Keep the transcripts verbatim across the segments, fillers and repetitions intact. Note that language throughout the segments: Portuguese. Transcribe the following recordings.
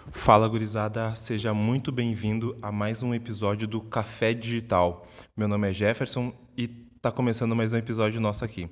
Fala, gurizada, seja muito bem-vindo a mais um episódio do Café Digital. Meu nome é Jefferson e tá começando mais um episódio nosso aqui.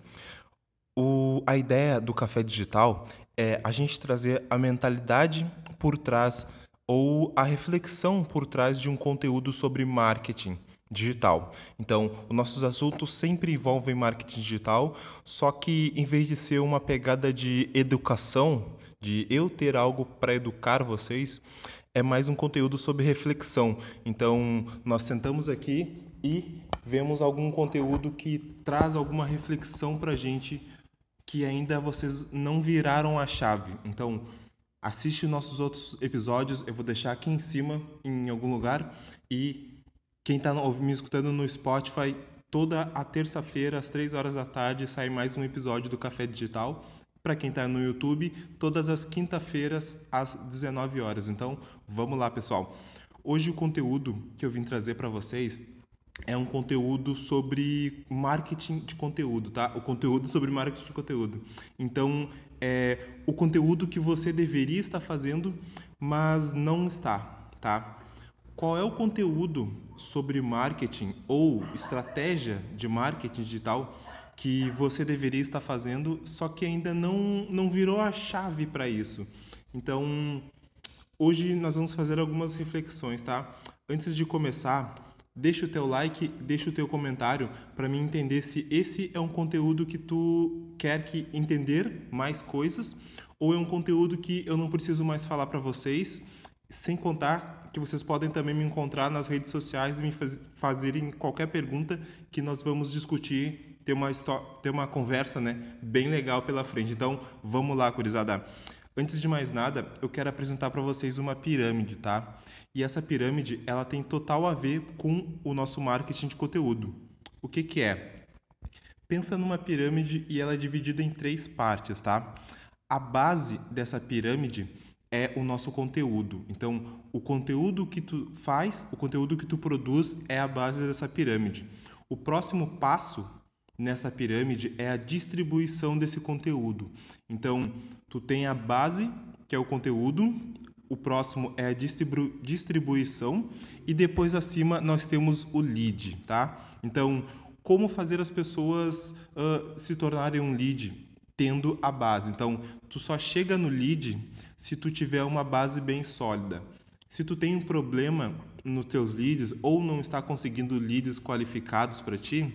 O, a ideia do Café Digital é a gente trazer a mentalidade por trás ou a reflexão por trás de um conteúdo sobre marketing digital. Então, os nossos assuntos sempre envolvem marketing digital, só que em vez de ser uma pegada de educação, de eu ter algo para educar vocês, é mais um conteúdo sobre reflexão. Então, nós sentamos aqui e vemos algum conteúdo que traz alguma reflexão para a gente que ainda vocês não viraram a chave. Então, assiste nossos outros episódios, eu vou deixar aqui em cima, em algum lugar, e quem está me escutando no Spotify, toda a terça-feira, às três horas da tarde, sai mais um episódio do Café Digital. Para quem está no YouTube, todas as quinta-feiras, às dezenove horas. Então, vamos lá, pessoal. Hoje o conteúdo que eu vim trazer para vocês é um conteúdo sobre marketing de conteúdo, tá? O conteúdo sobre marketing de conteúdo. Então, é o conteúdo que você deveria estar fazendo, mas não está, tá? Qual é o conteúdo sobre marketing ou estratégia de marketing digital que você deveria estar fazendo, só que ainda não, não virou a chave para isso? Então, hoje nós vamos fazer algumas reflexões, tá? Antes de começar, deixa o teu like, deixa o teu comentário para mim entender se esse é um conteúdo que tu quer que entender mais coisas ou é um conteúdo que eu não preciso mais falar para vocês, sem contar que vocês podem também me encontrar nas redes sociais e me faz, fazerem qualquer pergunta que nós vamos discutir, ter uma, ter uma conversa, né, bem legal pela frente. Então, vamos lá, gurizada. Antes de mais nada, eu quero apresentar para vocês uma pirâmide, tá? E essa pirâmide, ela tem total a ver com o nosso marketing de conteúdo. O que que é? Pensa numa pirâmide e ela é dividida em três partes, tá? A base dessa pirâmide é o nosso conteúdo. Então, o conteúdo que tu faz, o conteúdo que tu produz é a base dessa pirâmide. O próximo passo nessa pirâmide é a distribuição desse conteúdo. Então, tu tem a base, que é o conteúdo, o próximo é a distribu- distribuição e depois acima nós temos o lead, tá? Então, como fazer as pessoas uh, se tornarem um lead? Tendo a base. Então, tu só chega no lead se tu tiver uma base bem sólida. Se tu tem um problema nos teus leads ou não está conseguindo leads qualificados para ti,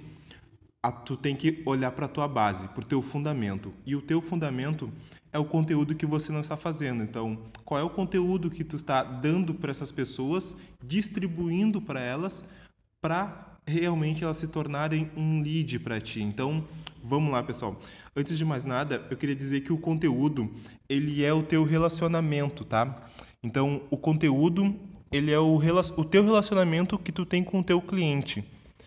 a, tu tem que olhar para a tua base, para o teu fundamento. E o teu fundamento é o conteúdo que você não está fazendo. Então, qual é o conteúdo que tu está dando para essas pessoas, distribuindo para elas, para realmente elas se tornarem um lead para ti. Então, vamos lá, pessoal. Antes de mais nada, eu queria dizer que o conteúdo, ele é o teu relacionamento, tá? Então, o conteúdo, ele é o, o teu relacionamento que tu tem com o teu cliente.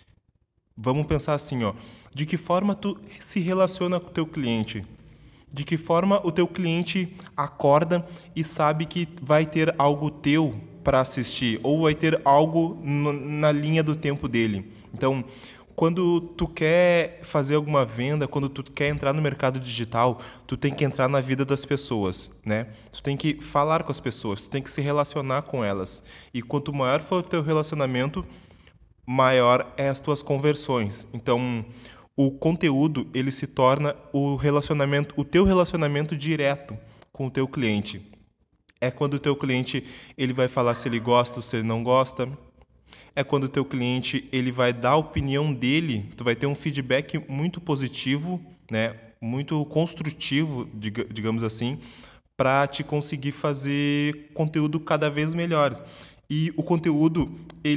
Vamos pensar assim, ó. De que forma tu se relaciona com o teu cliente? De que forma o teu cliente acorda e sabe que vai ter algo teu para assistir ou vai ter algo no, na linha do tempo dele? Então, quando tu quer fazer alguma venda, quando tu quer entrar no mercado digital, tu tem que entrar na vida das pessoas, né? Tu tem que falar com as pessoas, tu tem que se relacionar com elas. E quanto maior for o teu relacionamento, maior é as tuas conversões. Então, o conteúdo, ele se torna o relacionamento, o teu relacionamento direto com o teu cliente. É quando o teu cliente, ele vai falar se ele gosta ou se ele não gosta. É quando o teu cliente, ele vai dar a opinião dele, tu vai ter um feedback muito positivo, né, muito construtivo, digamos assim, para te conseguir fazer conteúdo cada vez melhor. E o conteúdo,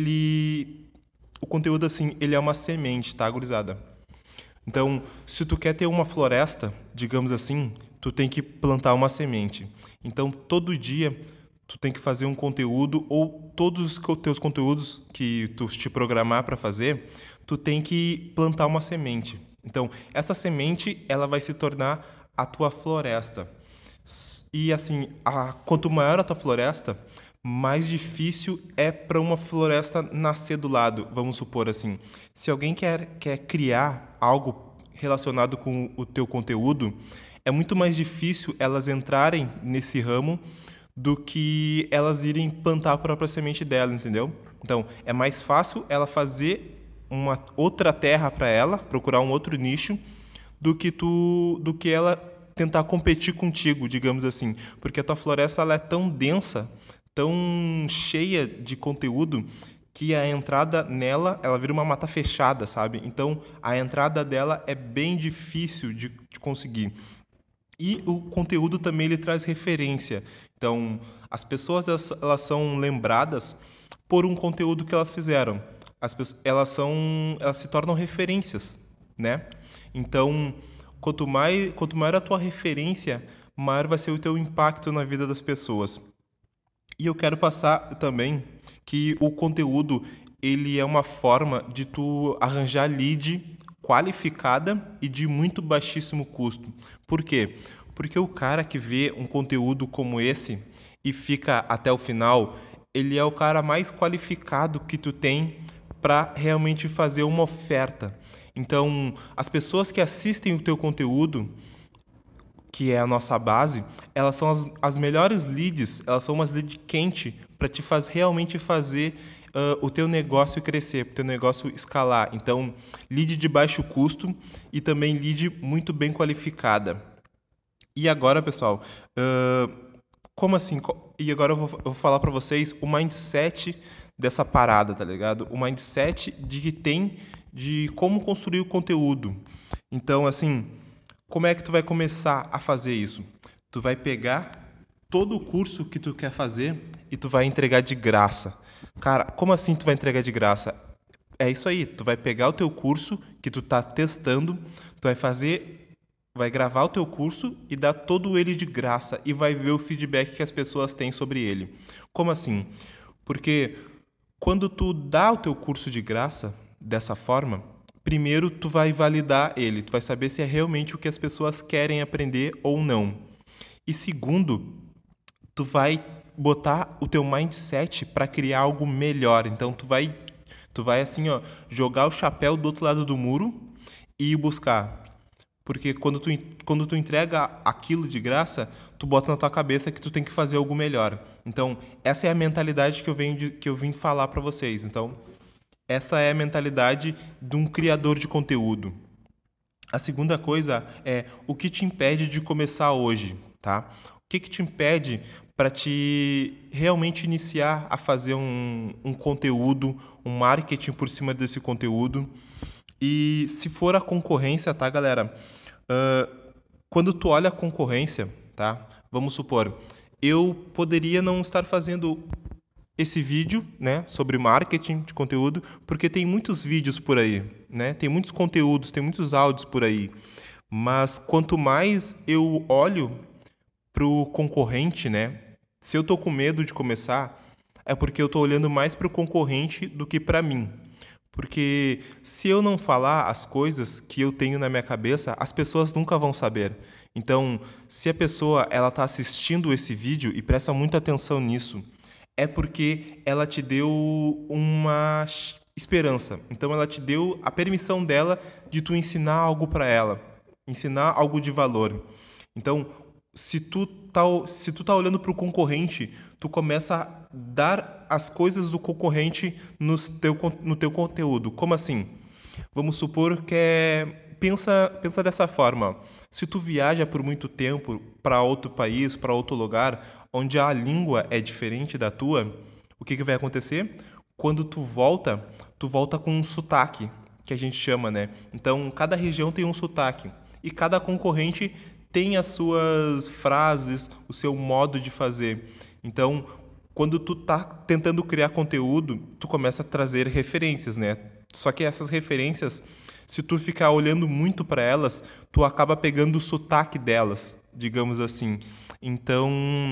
ele o conteúdo assim, ele é uma semente, tá, gurizada? Então, se tu quer ter uma floresta, digamos assim, tu tem que plantar uma semente. Então, todo dia tu tem que fazer um conteúdo ou todos os teus conteúdos que tu te programar para fazer, tu tem que plantar uma semente. Então, essa semente, ela vai se tornar a tua floresta. E assim, a, quanto maior a tua floresta, mais difícil é para uma floresta nascer do lado. Vamos supor assim, se alguém quer, quer criar algo relacionado com o teu conteúdo, é muito mais difícil elas entrarem nesse ramo do que elas irem plantar a própria semente dela, entendeu? Então, é mais fácil ela fazer uma outra terra para ela, procurar um outro nicho, do que tu, do que ela tentar competir contigo, digamos assim, porque a tua floresta ela é tão densa, tão cheia de conteúdo que a entrada nela, ela vira uma mata fechada, sabe? Então, a entrada dela é bem difícil de, de conseguir. E o conteúdo também ele traz referência. Então, as pessoas elas, elas são lembradas por um conteúdo que elas fizeram. As pessoas, elas são, elas se tornam referências, né? Então, quanto mais, quanto maior a tua referência, maior vai ser o teu impacto na vida das pessoas. E eu quero passar também que o conteúdo ele é uma forma de tu arranjar lead qualificada e de muito baixíssimo custo. Por quê? Porque o cara que vê um conteúdo como esse e fica até o final, ele é o cara mais qualificado que tu tem para realmente fazer uma oferta. Então, as pessoas que assistem o teu conteúdo, que é a nossa base, elas são as, as melhores leads, elas são umas leads quentes para te faz, realmente fazer uh, o teu negócio crescer, para o teu negócio escalar. Então, lead de baixo custo e também lead muito bem qualificada. E agora, pessoal, uh, como assim? E agora eu vou, eu vou falar para vocês o mindset dessa parada, tá ligado? O mindset de que tem de como construir o conteúdo. Então, assim, como é que tu vai começar a fazer isso? Tu vai pegar todo o curso que tu quer fazer e tu vai entregar de graça. Cara, como assim tu vai entregar de graça? É isso aí, tu vai pegar o teu curso que tu tá testando, tu vai fazer, vai gravar o teu curso e dar todo ele de graça e vai ver o feedback que as pessoas têm sobre ele. Como assim? Porque quando tu dá o teu curso de graça, dessa forma, primeiro tu vai validar ele, tu vai saber se é realmente o que as pessoas querem aprender ou não. E segundo, tu vai botar o teu mindset para criar algo melhor. Então tu vai tu vai assim, ó, jogar o chapéu do outro lado do muro e ir buscar. Porque quando tu quando tu entrega aquilo de graça, tu bota na tua cabeça que tu tem que fazer algo melhor. Então, essa é a mentalidade que eu venho de, que eu vim falar para vocês. Então, essa é a mentalidade de um criador de conteúdo. A segunda coisa é o que te impede de começar hoje, tá? O que, que te impede para te realmente iniciar a fazer um, um conteúdo, um marketing por cima desse conteúdo? E se for a concorrência, tá, galera? Uh, quando tu olha a concorrência, tá? Vamos supor, eu poderia não estar fazendo esse vídeo, né, sobre marketing de conteúdo, porque tem muitos vídeos por aí, né? Tem muitos conteúdos, tem muitos áudios por aí. Mas quanto mais eu olho pro concorrente, né? Se eu tô com medo de começar, é porque eu tô olhando mais pro concorrente do que para mim. Porque se eu não falar as coisas que eu tenho na minha cabeça, as pessoas nunca vão saber. Então, se a pessoa ela tá assistindo esse vídeo e presta muita atenção nisso, é porque ela te deu uma esperança. Então, ela te deu a permissão dela de tu ensinar algo para ela, ensinar algo de valor. Então, se tu tá, se tu tá olhando para o concorrente, tu começa a dar as coisas do concorrente no teu, no teu conteúdo. Como assim? Vamos supor que é... Pensa, pensa dessa forma. Se tu viaja por muito tempo para outro país, para outro lugar, onde a língua é diferente da tua, o que, que vai acontecer? Quando tu volta, tu volta com um sotaque, que a gente chama, né? Então, cada região tem um sotaque. E cada concorrente tem as suas frases, o seu modo de fazer. Então, quando tu tá tentando criar conteúdo, tu começa a trazer referências, né? Só que essas referências, se tu ficar olhando muito para elas, tu acaba pegando o sotaque delas, digamos assim. Então,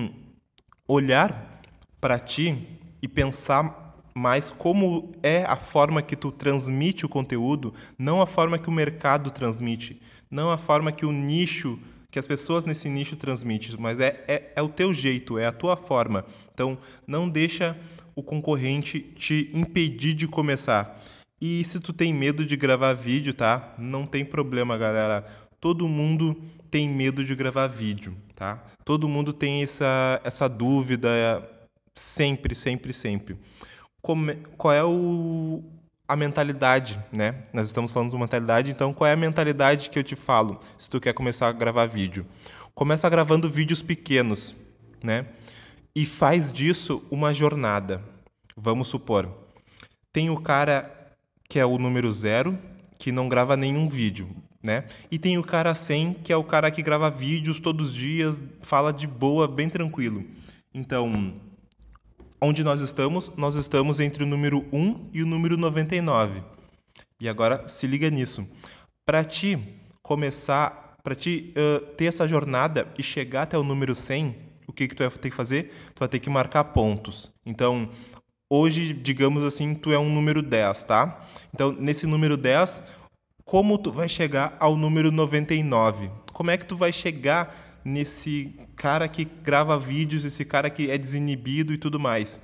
olhar para ti e pensar mais como é a forma que tu transmite o conteúdo, não a forma que o mercado transmite, não a forma que o nicho, que as pessoas nesse nicho transmitem, mas é, é, é o teu jeito, é a tua forma. Então, não deixa o concorrente te impedir de começar. E se tu tem medo de gravar vídeo, tá? Não tem problema, galera. Todo mundo tem medo de gravar vídeo. tá? Todo mundo tem essa, essa dúvida sempre, sempre, sempre. Como, qual é o, a mentalidade, né? Nós estamos falando de mentalidade, então qual é a mentalidade que eu te falo se tu quer começar a gravar vídeo? Começa gravando vídeos pequenos, né? E faz disso uma jornada. Vamos supor, tem o cara que é o número zero, que não grava nenhum vídeo, né? E tem o cara cem, que é o cara que grava vídeos todos os dias, fala de boa, bem tranquilo. Então, onde nós estamos? Nós estamos entre o número um e o número noventa e nove. E agora se liga nisso. Para ti começar, para ti uh, ter essa jornada e chegar até o número cem, o que que tu vai ter que fazer? Tu vai ter que marcar pontos. Então, hoje, digamos assim, tu é um número dez, tá? Então, nesse número dez, como tu vai chegar ao número noventa e nove? Como é que tu vai chegar nesse cara que grava vídeos, esse cara que é desinibido e tudo mais?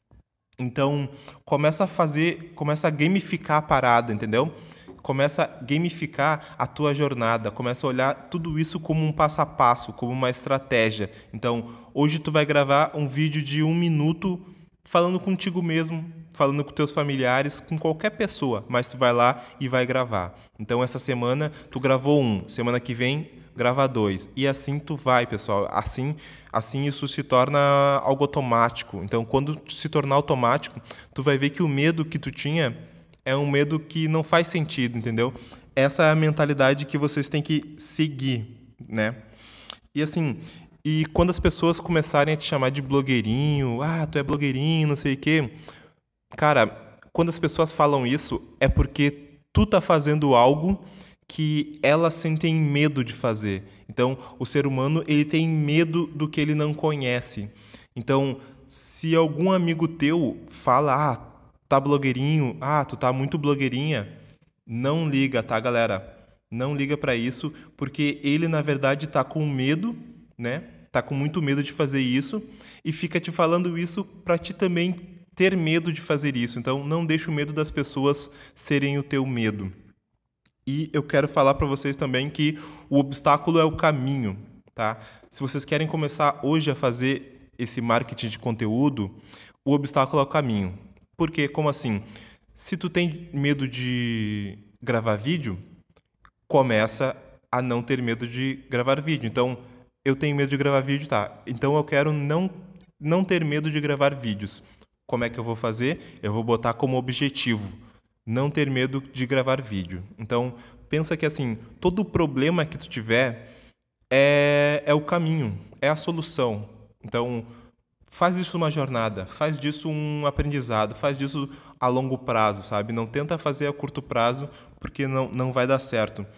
Então, começa a fazer, começa a gamificar a parada, entendeu? Começa a gamificar a tua jornada, começa a olhar tudo isso como um passo a passo, como uma estratégia. Então, hoje tu vai gravar um vídeo de um minuto falando contigo mesmo, falando com teus familiares, com qualquer pessoa, mas tu vai lá e vai gravar. Então, essa semana tu gravou um, semana que vem grava dois. E assim tu vai, pessoal. Assim, assim isso se torna algo automático. Então, quando se tornar automático, tu vai ver que o medo que tu tinha é um medo que não faz sentido, entendeu? Essa é a mentalidade que vocês têm que seguir, né? E assim, e quando as pessoas começarem a te chamar de blogueirinho, ah, tu é blogueirinho, não sei o quê. Cara, quando as pessoas falam isso, é porque tu tá fazendo algo que elas sentem medo de fazer. Então, o ser humano, ele tem medo do que ele não conhece. Então, se algum amigo teu fala, ah, tá blogueirinho, ah, tu tá muito blogueirinha, não liga, tá, galera? Não liga pra isso, porque ele, na verdade, tá com medo, né? Tá com muito medo de fazer isso e fica te falando isso pra ti também ter medo de fazer isso. Então, não deixa o medo das pessoas serem o teu medo. E eu quero falar para vocês também que o obstáculo é o caminho, tá? Se vocês querem começar hoje a fazer esse marketing de conteúdo, o obstáculo é o caminho. Por quê? Como assim? Se tu tem medo de gravar vídeo, começa a não ter medo de gravar vídeo. Então, eu tenho medo de gravar vídeo, tá? Então, eu quero não, não ter medo de gravar vídeos. Como é que eu vou fazer? Eu vou botar como objetivo não ter medo de gravar vídeo. Então, pensa que assim, todo problema que tu tiver é, é o caminho, é a solução. Então, faz disso uma jornada, faz disso um aprendizado, faz disso a longo prazo, sabe? Não tenta fazer a curto prazo, porque não, não vai dar certo.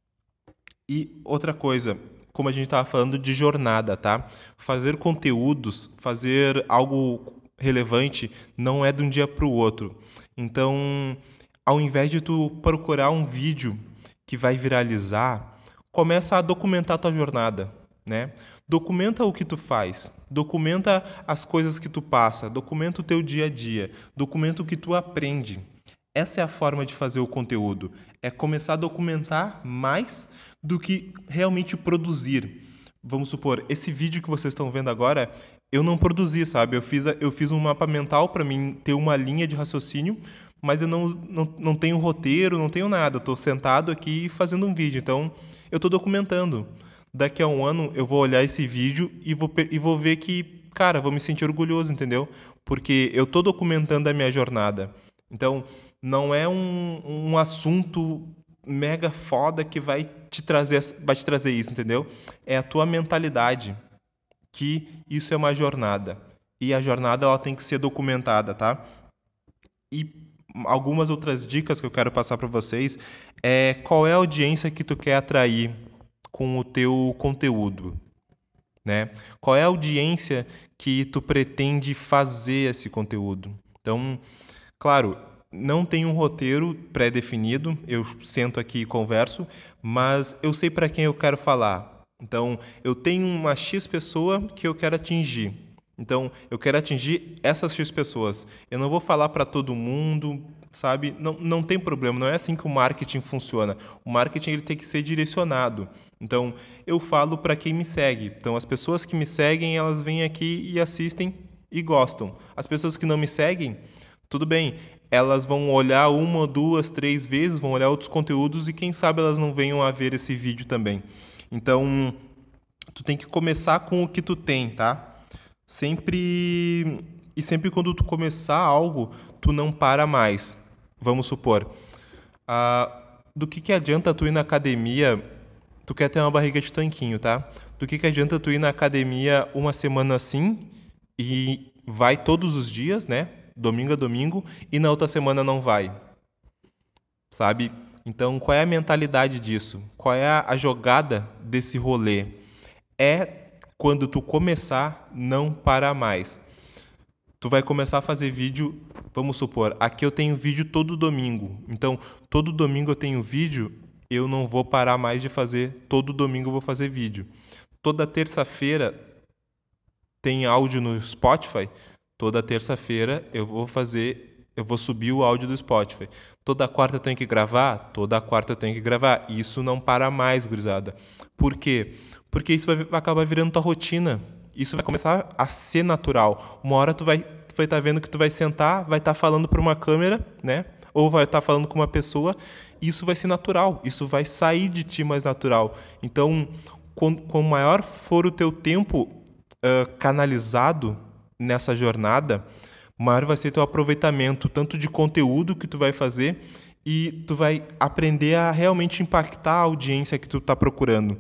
E outra coisa, como a gente estava falando de jornada, tá? Fazer conteúdos, fazer algo relevante não é de um dia para o outro. Então, ao invés de tu procurar um vídeo que vai viralizar, começa a documentar a tua jornada, né? Documenta o que tu faz, documenta as coisas que tu passa, documenta o teu dia a dia, documenta o que tu aprende. Essa é a forma de fazer o conteúdo, é começar a documentar mais do que realmente produzir. Vamos supor, esse vídeo que vocês estão vendo agora, eu não produzi, sabe? Eu fiz, eu fiz um mapa mental para mim ter uma linha de raciocínio, mas eu não, não, não tenho roteiro, não tenho nada. Estou sentado aqui fazendo um vídeo. Então, eu estou documentando. Daqui a um ano, eu vou olhar esse vídeo e vou, e vou ver que, cara, vou me sentir orgulhoso, entendeu? Porque eu estou documentando a minha jornada. Então, não é um, um assunto mega foda que vai te trazer, vai te trazer isso, entendeu? É a tua mentalidade, que isso é uma jornada. E a jornada, ela tem que ser documentada, tá? E algumas outras dicas que eu quero passar para vocês é qual é a audiência que tu quer atrair com o teu conteúdo, né? Qual é a audiência que tu pretende fazer esse conteúdo? Então, claro, não tem um roteiro pré-definido, eu sento aqui e converso, mas eu sei para quem eu quero falar. Então, eu tenho uma X pessoa que eu quero atingir. Então, eu quero atingir essas X pessoas. Eu não vou falar para todo mundo, sabe? Não, não tem problema, não é assim que o marketing funciona. O marketing ele tem que ser direcionado. Então, eu falo para quem me segue. Então, as pessoas que me seguem, elas vêm aqui e assistem e gostam. As pessoas que não me seguem, tudo bem, elas vão olhar uma, duas, três vezes, vão olhar outros conteúdos e quem sabe elas não venham a ver esse vídeo também. Então, tu tem que começar com o que tu tem, tá? Sempre... E sempre quando tu começar algo, tu não para mais. Vamos supor, ah, do que, que adianta tu ir na academia, tu quer ter uma barriga de tanquinho, tá? Do que, que adianta tu ir na academia uma semana assim e vai todos os dias, né? Domingo a domingo, e na outra semana não vai, sabe? Então, qual é a mentalidade disso? Qual é a, a jogada desse rolê? É quando tu começar, não parar mais. Tu vai começar a fazer vídeo, vamos supor, aqui eu tenho vídeo todo domingo. Então, todo domingo eu tenho vídeo, eu não vou parar mais de fazer, todo domingo eu vou fazer vídeo. Toda terça-feira tem áudio no Spotify, toda terça-feira eu vou fazer, eu vou subir o áudio do Spotify. Toda quarta eu tenho que gravar, toda quarta eu tenho que gravar. Isso não para mais, gurizada. Por quê? Porque isso vai acabar virando tua rotina. Isso vai começar a ser natural. Uma hora tu vai tu vai estar vendo que tu vai sentar, vai estar falando para uma câmera, né? Ou vai estar falando com uma pessoa, e isso vai ser natural. Isso vai sair de ti mais natural. Então, quanto maior for o teu tempo uh, canalizado nessa jornada, maior vai ser teu aproveitamento, tanto de conteúdo que tu vai fazer, e tu vai aprender a realmente impactar a audiência que tu está procurando.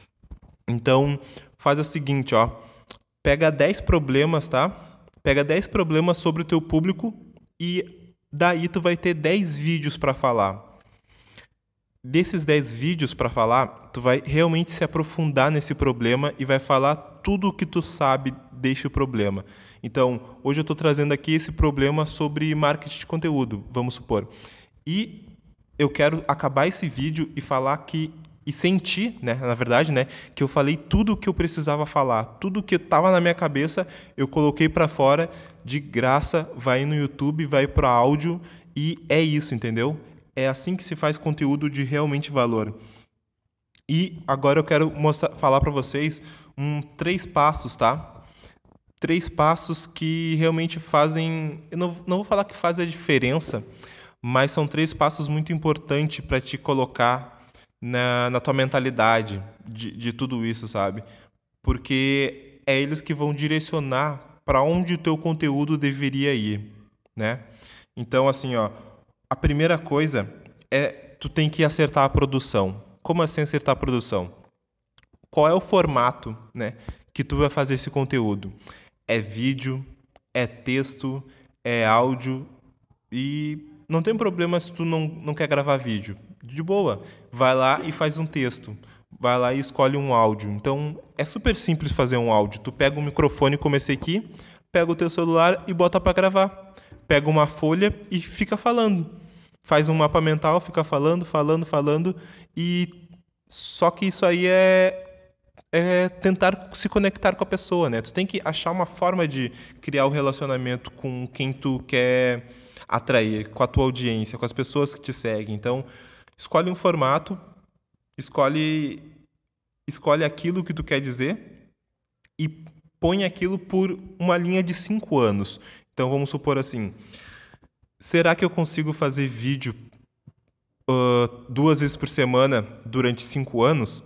Então, faz o seguinte, ó. Pega dez problemas, tá? Pega dez problemas sobre o teu público e daí tu vai ter dez vídeos para falar. Desses dez vídeos para falar, tu vai realmente se aprofundar nesse problema e vai falar tudo o que tu sabe deste problema. Então, hoje eu estou trazendo aqui esse problema sobre marketing de conteúdo, vamos supor. E eu quero acabar esse vídeo e falar que e sentir, né, na verdade, né, que eu falei tudo o que eu precisava falar, tudo o que estava na minha cabeça, eu coloquei para fora, de graça, vai no YouTube, vai para áudio, e é isso, entendeu? É assim que se faz conteúdo de realmente valor. E agora eu quero mostrar, falar para vocês um, três passos, tá? Três passos que realmente fazem... Eu não, não vou falar que fazem a diferença, mas são três passos muito importantes para te colocar Na, na tua mentalidade de, de tudo isso, sabe? Porque é eles que vão direcionar para onde o teu conteúdo deveria ir, né? Então, assim, ó, a primeira coisa é tu tem que acertar a produção. Como assim acertar a produção? Qual é o formato, né, que tu vai fazer esse conteúdo? É vídeo, é texto, é áudio, e não tem problema se tu não, não quer gravar vídeo. De boa, vai lá e faz um texto. Vai lá e escolhe um áudio. Então, é super simples fazer um áudio. Tu pega um microfone, como esse aqui, pega o teu celular e bota para gravar. Pega uma folha e fica falando. Faz um mapa mental, fica falando, falando, falando. E só que isso aí é, é tentar se conectar com a pessoa, né? Tu tem que achar uma forma de criar o relacionamento com quem tu quer atrair, com a tua audiência, com as pessoas que te seguem. Então, escolhe um formato, escolhe, escolhe aquilo que tu quer dizer e põe aquilo por uma linha de cinco anos. Então, vamos supor assim, será que eu consigo fazer vídeo uh, duas vezes por semana durante cinco anos?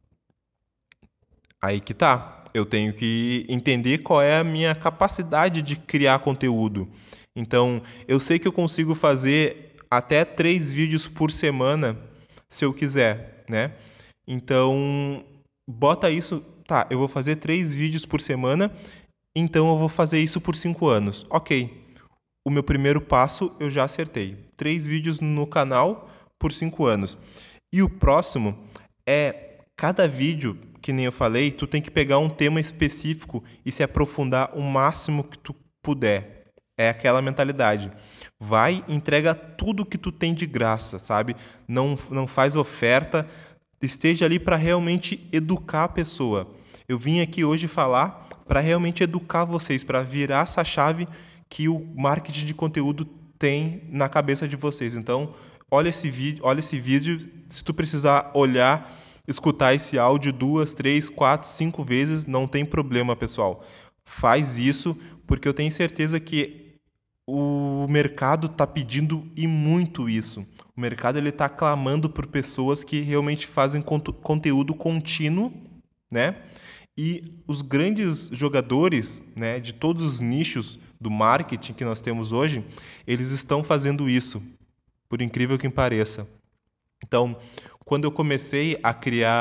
Aí que tá. Eu tenho que entender qual é a minha capacidade de criar conteúdo. Então, eu sei que eu consigo fazer até três vídeos por semana, se eu quiser, né? Então, bota isso... Tá, eu vou fazer três vídeos por semana, então eu vou fazer isso por cinco anos. Ok. O meu primeiro passo eu já acertei. Três vídeos no canal por cinco anos. E o próximo é... Cada vídeo, que nem eu falei, tu tem que pegar um tema específico e se aprofundar o máximo que tu puder. É aquela mentalidade. Vai, entrega tudo que tu tem de graça, sabe? Não, não faz oferta. Esteja ali para realmente educar a pessoa. Eu vim aqui hoje falar para realmente educar vocês, para virar essa chave que o marketing de conteúdo tem na cabeça de vocês. Então, olha esse vídeo, olha esse vídeo, se tu precisar olhar, escutar esse áudio duas, três, quatro, cinco vezes, não tem problema, pessoal. Faz isso, porque eu tenho certeza que o mercado está pedindo e muito isso. O mercado ele está clamando por pessoas que realmente fazem conto- conteúdo contínuo, né? E os grandes jogadores, né, de todos os nichos do marketing que nós temos hoje, eles estão fazendo isso, por incrível que pareça. Então, quando eu comecei a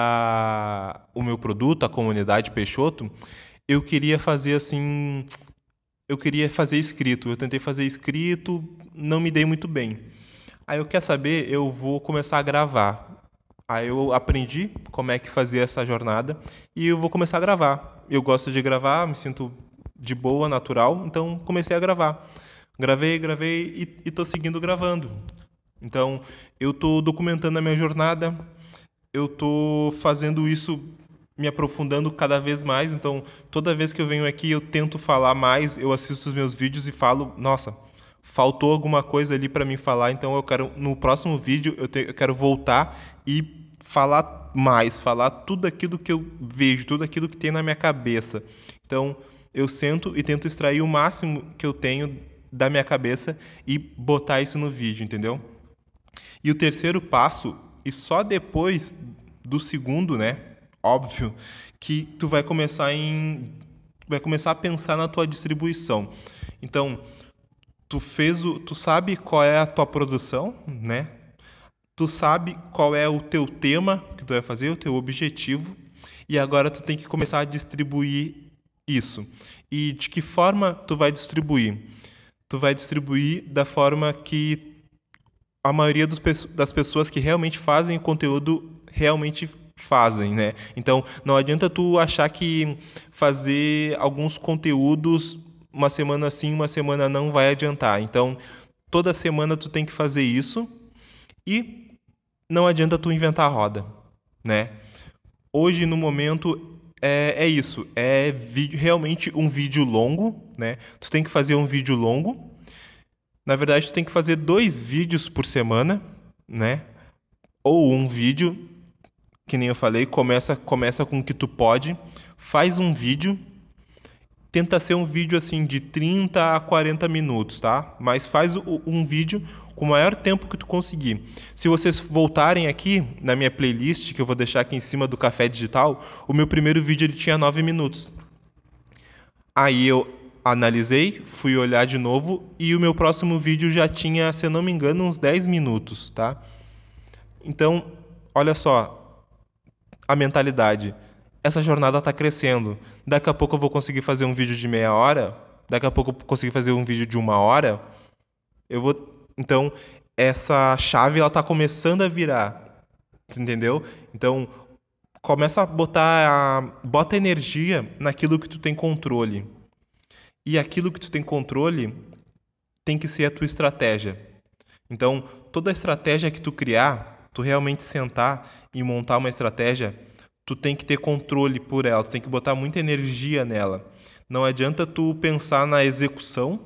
criar o meu produto, a comunidade Peixoto, eu queria fazer assim, eu queria fazer escrito. Eu tentei fazer escrito, não me dei muito bem. Aí eu quer saber, eu vou começar a gravar. Aí eu aprendi como é que fazia essa jornada e eu vou começar a gravar. Eu gosto de gravar, me sinto de boa, natural, então comecei a gravar. Gravei, gravei e, e tô seguindo gravando. Então, eu tô documentando a minha jornada, eu tô fazendo isso, me aprofundando cada vez mais. Então, toda vez que eu venho aqui, eu tento falar mais, eu assisto os meus vídeos e falo, nossa, faltou alguma coisa ali para mim falar, então eu quero, no próximo vídeo, eu, te, eu quero voltar e falar mais, falar tudo aquilo que eu vejo, tudo aquilo que tem na minha cabeça. Então, eu sento e tento extrair o máximo que eu tenho da minha cabeça e botar isso no vídeo, entendeu? E o terceiro passo, e só depois do segundo, né? Óbvio, que tu vai começar em vai começar a pensar na tua distribuição. Então, tu fez o, tu sabe qual é a tua produção, né? Tu sabe qual é o teu tema que tu vai fazer, o teu objetivo, e agora tu tem que começar a distribuir isso. E de que forma tu vai distribuir? Tu vai distribuir da forma que a maioria dos, das pessoas que realmente fazem o conteúdo realmente fazem, né? Então, não adianta tu achar que fazer alguns conteúdos uma semana sim, uma semana não vai adiantar. Então, toda semana tu tem que fazer isso e não adianta tu inventar a roda, né? Hoje, no momento, é, é isso. É vídeo, realmente um vídeo longo, né? Tu tem que fazer um vídeo longo. Na verdade, tu tem que fazer dois vídeos por semana, né? Ou um vídeo, que nem eu falei, começa, começa com o que tu pode, faz um vídeo, tenta ser um vídeo assim de trinta a quarenta minutos, tá? Mas faz um vídeo com o maior tempo que tu conseguir. Se vocês voltarem aqui na minha playlist, que eu vou deixar aqui em cima do Café Digital, o meu primeiro vídeo ele tinha nove minutos. Aí eu analisei, fui olhar de novo e o meu próximo vídeo já tinha, se eu não me engano, uns dez minutos, tá? Então, olha só a mentalidade. Essa jornada está crescendo. Daqui a pouco eu vou conseguir fazer um vídeo de meia hora. Daqui a pouco eu vou conseguir fazer um vídeo de uma hora. Eu vou... Então, essa chave ela está começando a virar. Entendeu? Então, começa a botar... A... Bota energia naquilo que tu tem controle. E aquilo que tu tem controle tem que ser a tua estratégia. Então, toda a estratégia que tu criar, tu realmente sentar e montar uma estratégia... Tu tem que ter controle por ela, tu tem que botar muita energia nela. Não adianta tu pensar na execução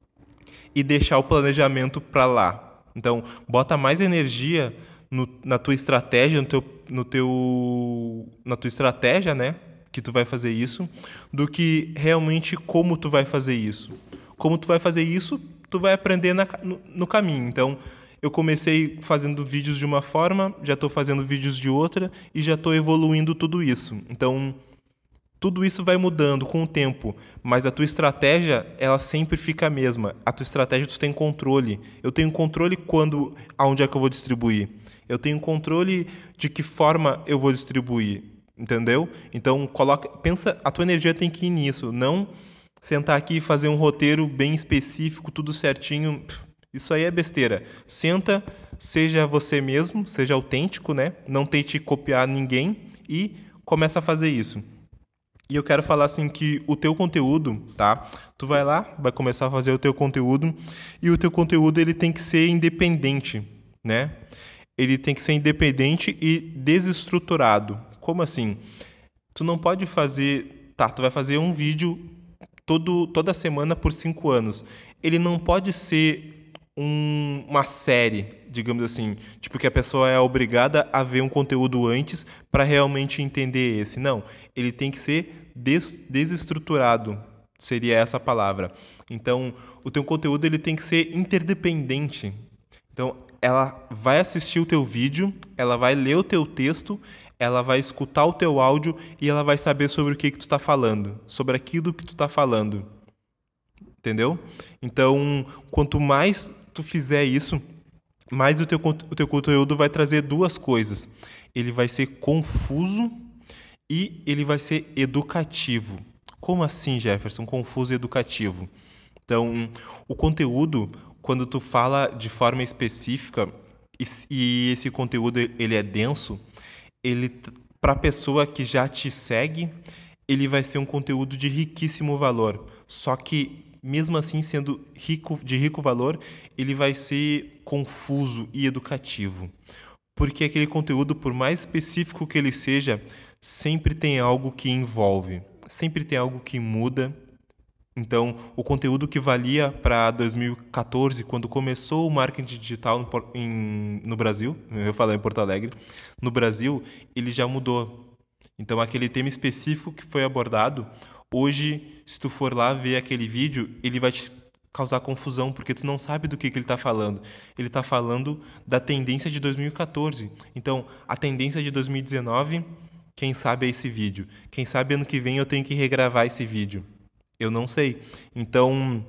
e deixar o planejamento para lá. Então, bota mais energia no, na tua estratégia, no teu, no teu, na tua estratégia, né, que tu vai fazer isso, do que realmente como tu vai fazer isso. Como tu vai fazer isso, tu vai aprender na, no, no caminho. Então, eu comecei fazendo vídeos de uma forma, já estou fazendo vídeos de outra e já estou evoluindo tudo isso. Então, tudo isso vai mudando com o tempo, mas a tua estratégia, ela sempre fica a mesma. A tua estratégia tu tem controle. Eu tenho controle quando, aonde é que eu vou distribuir. Eu tenho controle de que forma eu vou distribuir, entendeu? Então, coloca, pensa, a tua energia tem que ir nisso, não sentar aqui e fazer um roteiro bem específico, tudo certinho. Isso aí é besteira. Senta, seja você mesmo, seja autêntico, né? Não tente copiar ninguém e começa a fazer isso. E eu quero falar assim que o teu conteúdo, tá? Tu vai lá, vai começar a fazer o teu conteúdo e o teu conteúdo ele tem que ser independente, né? Ele tem que ser independente e desestruturado. Como assim? Tu não pode fazer... Tá, tu vai fazer um vídeo todo, toda semana por cinco anos. Ele não pode ser um, uma série, digamos assim. Tipo, que a pessoa é obrigada a ver um conteúdo antes para realmente entender esse. Não, ele tem que ser des, desestruturado, seria essa a palavra. Então, o teu conteúdo ele tem que ser interdependente. Então, ela vai assistir o teu vídeo, ela vai ler o teu texto, ela vai escutar o teu áudio e ela vai saber sobre o que, que tu está falando, sobre aquilo que tu está falando. Entendeu? Então, quanto mais tu fizer isso, mais o teu, o teu conteúdo vai trazer duas coisas. Ele vai ser confuso e ele vai ser educativo. Como assim, Jefferson? Confuso e educativo. Então, o conteúdo, quando tu fala de forma específica e, e esse conteúdo ele é denso, ele para a pessoa que já te segue, ele vai ser um conteúdo de riquíssimo valor. Só que mesmo assim, sendo rico, de rico valor, ele vai ser confuso e educativo. Porque aquele conteúdo, por mais específico que ele seja, sempre tem algo que envolve, sempre tem algo que muda. Então, o conteúdo que valia para dois mil e quatorze, quando começou o marketing digital no, em, no Brasil, eu falei em Porto Alegre, no Brasil, ele já mudou. Então, aquele tema específico que foi abordado, hoje, se tu for lá ver aquele vídeo, ele vai te causar confusão, porque tu não sabe do que, que ele está falando. Ele está falando da tendência de dois mil e quatorze. Então, a tendência de dois mil e dezenove, quem sabe é esse vídeo. Quem sabe ano que vem eu tenho que regravar esse vídeo. Eu não sei. Então,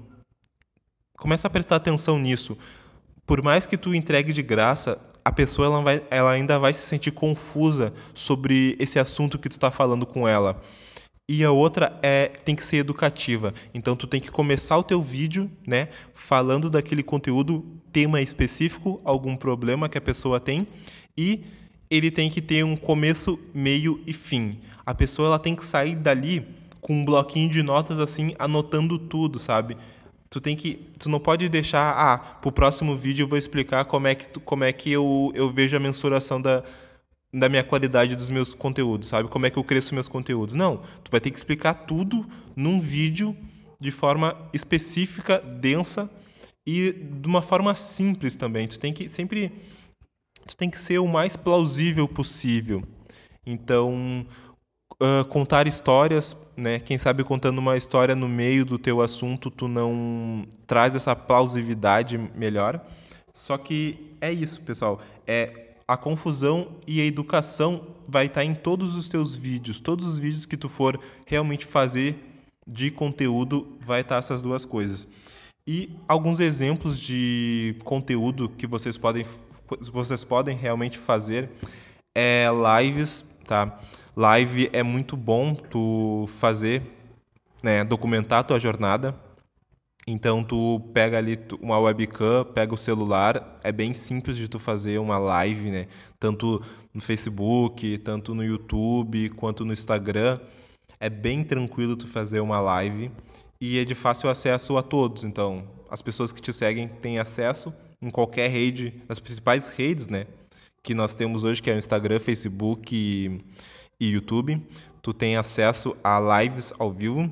começa a prestar atenção nisso. Por mais que tu entregue de graça, a pessoa ela vai, ela ainda vai se sentir confusa sobre esse assunto que tu está falando com ela. E a outra é tem que ser educativa. Então tu tem que começar o teu vídeo, né, falando daquele conteúdo, tema específico, algum problema que a pessoa tem, e ele tem que ter um começo, meio e fim. A pessoa ela tem que sair dali com um bloquinho de notas assim, anotando tudo, sabe? Tu tem que, tu não pode deixar, ah, pro próximo vídeo eu vou explicar como é que tu, como é que eu, eu vejo a mensuração da da minha qualidade dos meus conteúdos, sabe? Como é que eu cresço meus conteúdos. Não, tu vai ter que explicar tudo num vídeo de forma específica, densa e de uma forma simples também. Tu tem que sempre tu tem que ser o mais plausível possível. Então, uh, contar histórias, né? Quem sabe contando uma história no meio do teu assunto, tu não traz essa plausibilidade melhor. Só que é isso, pessoal. É a confusão e a educação vai estar em todos os teus vídeos. Todos os vídeos que tu for realmente fazer de conteúdo, vai estar essas duas coisas. E alguns exemplos de conteúdo que vocês podem, vocês podem realmente fazer é lives, tá? Live é muito bom tu fazer, né, documentar a tua jornada. Então, tu pega ali uma webcam, pega o celular, é bem simples de tu fazer uma live, né? Tanto no Facebook, tanto no YouTube, quanto no Instagram. É bem tranquilo tu fazer uma live e é de fácil acesso a todos. Então, as pessoas que te seguem têm acesso em qualquer rede, nas principais redes, né? Que nós temos hoje, que é o Instagram, Facebook e, e YouTube. Tu tem acesso a lives ao vivo.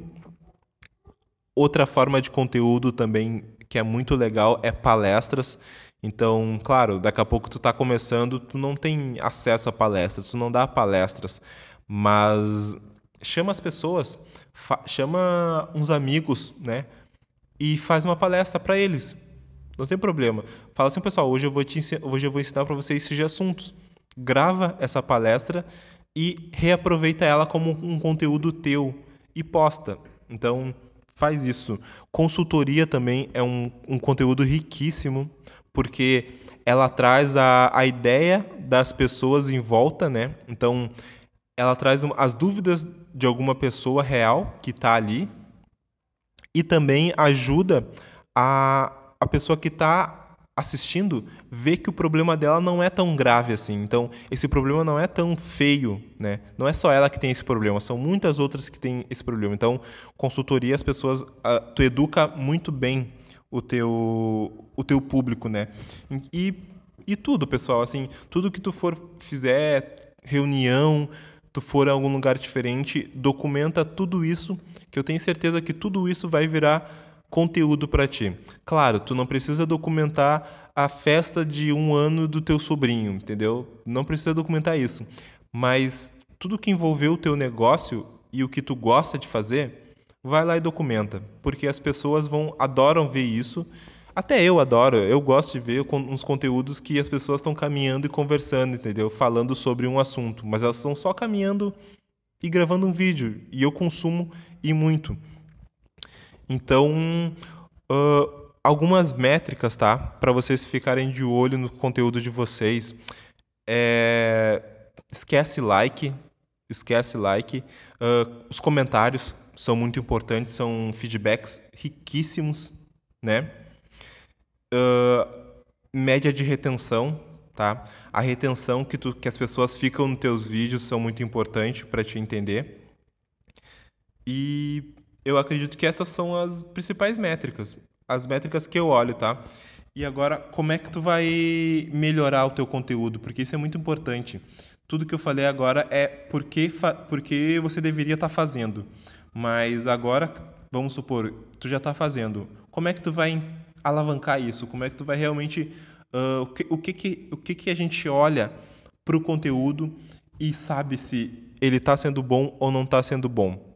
Outra forma de conteúdo também que é muito legal é palestras. Então, claro, daqui a pouco tu tá começando, tu não tem acesso a palestras, tu não dá palestras, mas chama as pessoas, chama uns amigos, né? E faz uma palestra para eles. Não tem problema. Fala assim, pessoal, hoje eu vou te ensinar, hoje eu vou ensinar para vocês esses assuntos. Grava essa palestra e reaproveita ela como um conteúdo teu e posta. Então, faz isso. Consultoria também é um, um conteúdo riquíssimo, porque ela traz a, a ideia das pessoas em volta, né? Então, ela traz as dúvidas de alguma pessoa real que está ali e também ajuda a, a pessoa que está assistindo ver que o problema dela não é tão grave assim. Então, esse problema não é tão feio, né? Não é só ela que tem esse problema, são muitas outras que têm esse problema. Então, consultoria, as pessoas, uh, tu educa muito bem o teu, o teu público, né? E, e tudo, pessoal, assim, tudo que tu for fizer, reunião, tu for a algum lugar diferente, documenta tudo isso, que eu tenho certeza que tudo isso vai virar conteúdo para ti. Claro, tu não precisa documentar a festa de um ano do teu sobrinho, entendeu? Não precisa documentar isso. Mas tudo que envolveu o teu negócio e o que tu gosta de fazer, vai lá e documenta, porque as pessoas vão adoram ver isso. Até eu adoro, eu gosto de ver uns conteúdos que as pessoas estão caminhando e conversando, entendeu? Falando sobre um assunto, mas elas estão só caminhando e gravando um vídeo, e eu consumo e muito. Então, uh, algumas métricas, tá? Para vocês ficarem de olho no conteúdo de vocês. É... Esquece like, esquece like. Uh, os comentários são muito importantes, são feedbacks riquíssimos, né? Uh, média de retenção, tá? A retenção que, tu, que as pessoas ficam nos teus vídeos são muito importantes para te entender. E eu acredito que essas são as principais métricas, as métricas que eu olho, tá? E agora, como é que tu vai melhorar o teu conteúdo? Porque isso é muito importante. Tudo que eu falei agora é porque, fa- porque você deveria estar fazendo. Mas agora, vamos supor, tu já está fazendo. Como é que tu vai alavancar isso? Como é que tu vai realmente... Uh, o que, o que, que, o que, que a gente olha para o conteúdo e sabe se ele está sendo bom ou não está sendo bom?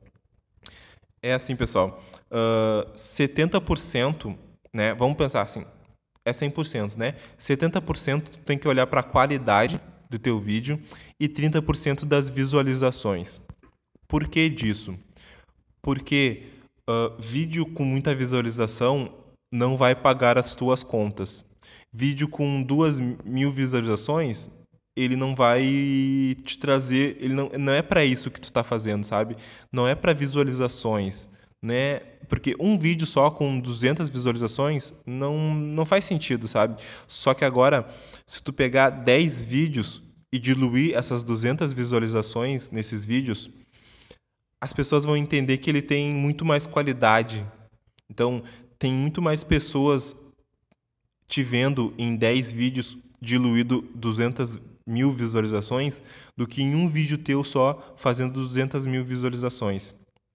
É assim, pessoal. Uh, setenta por cento, né? Vamos pensar assim, é cem por cento, né? setenta por cento tu tem que olhar para a qualidade do teu vídeo e trinta por cento das visualizações. Por que disso? Porque uh, vídeo com muita visualização não vai pagar as tuas contas. Vídeo com duas mil visualizações, ele não vai te trazer... Ele não, não é para isso que tu está fazendo, sabe? Não é para visualizações, né? Porque um vídeo só com duzentas visualizações não, não faz sentido, sabe? Só que agora, se tu pegar dez vídeos e diluir essas duzentas visualizações nesses vídeos, as pessoas vão entender que ele tem muito mais qualidade. Então, tem muito mais pessoas te vendo em dez vídeos diluído duzentas mil visualizações do que em um vídeo teu só fazendo duzentas mil visualizações.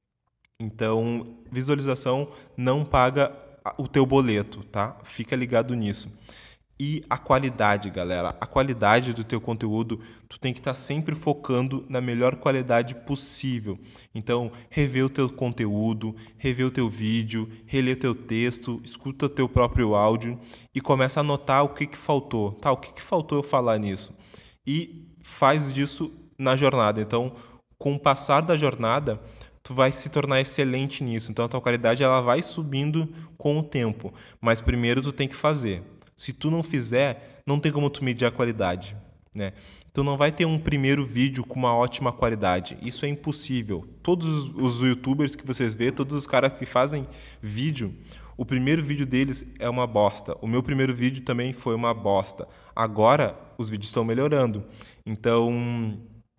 Então, visualização não paga o teu boleto, tá? Fica ligado nisso. E a qualidade, galera. A qualidade do teu conteúdo, tu tem que estar sempre focando na melhor qualidade possível. Então, rever o teu conteúdo, rever o teu vídeo, reler teu texto, escuta teu próprio áudio e começa a anotar o que que faltou. Tá, o que que faltou eu falar nisso? E faz disso na jornada. Então, com o passar da jornada, tu vai se tornar excelente nisso. Então, a tua qualidade ela vai subindo com o tempo. Mas primeiro tu tem que fazer. Se tu não fizer, não tem como tu medir a qualidade, né? Tu não vai ter um primeiro vídeo com uma ótima qualidade. Isso é impossível. Todos os youtubers que vocês vê, todos os caras que fazem vídeo, o primeiro vídeo deles é uma bosta. O meu primeiro vídeo também foi uma bosta. Agora, os vídeos estão melhorando. Então,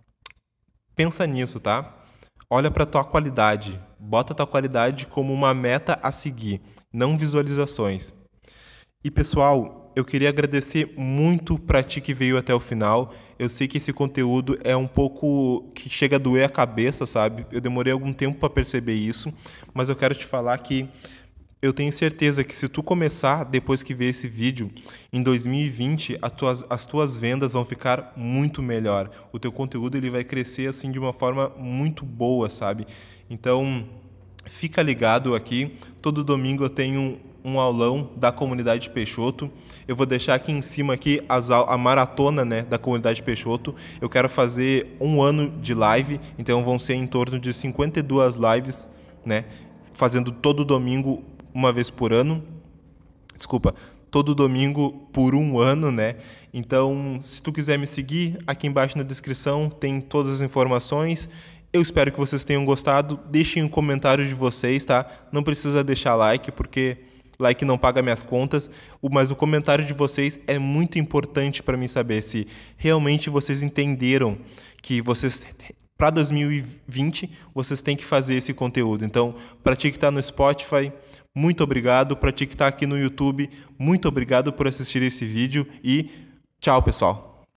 pensa nisso, tá? Olha para tua qualidade. Bota tua qualidade como uma meta a seguir, não visualizações. E, pessoal, eu queria agradecer muito para ti que veio até o final. Eu sei que esse conteúdo é um pouco que chega a doer a cabeça, sabe? Eu demorei algum tempo para perceber isso, mas eu quero te falar que eu tenho certeza que se tu começar depois que ver esse vídeo, em dois mil e vinte, as tuas, as tuas vendas vão ficar muito melhor. O teu conteúdo ele vai crescer assim de uma forma muito boa, sabe? Então, fica ligado aqui. Todo domingo eu tenho um aulão da comunidade Peixoto. Eu vou deixar aqui em cima aqui as, a maratona, né, da comunidade Peixoto. Eu quero fazer um ano de live, então vão ser em torno de cinquenta e duas lives, né, fazendo todo domingo uma vez por ano. Desculpa, todo domingo por um ano, né? Então, se tu quiser me seguir, aqui embaixo na descrição tem todas as informações. Eu espero que vocês tenham gostado. Deixem um comentário de vocês, tá? Não precisa deixar like, porque like não paga minhas contas, mas o comentário de vocês é muito importante para mim saber se realmente vocês entenderam que vocês, para dois mil e vinte, vocês têm que fazer esse conteúdo. Então, para ti que está no Spotify, muito obrigado. Para ti que está aqui no YouTube, muito obrigado por assistir esse vídeo e tchau, pessoal.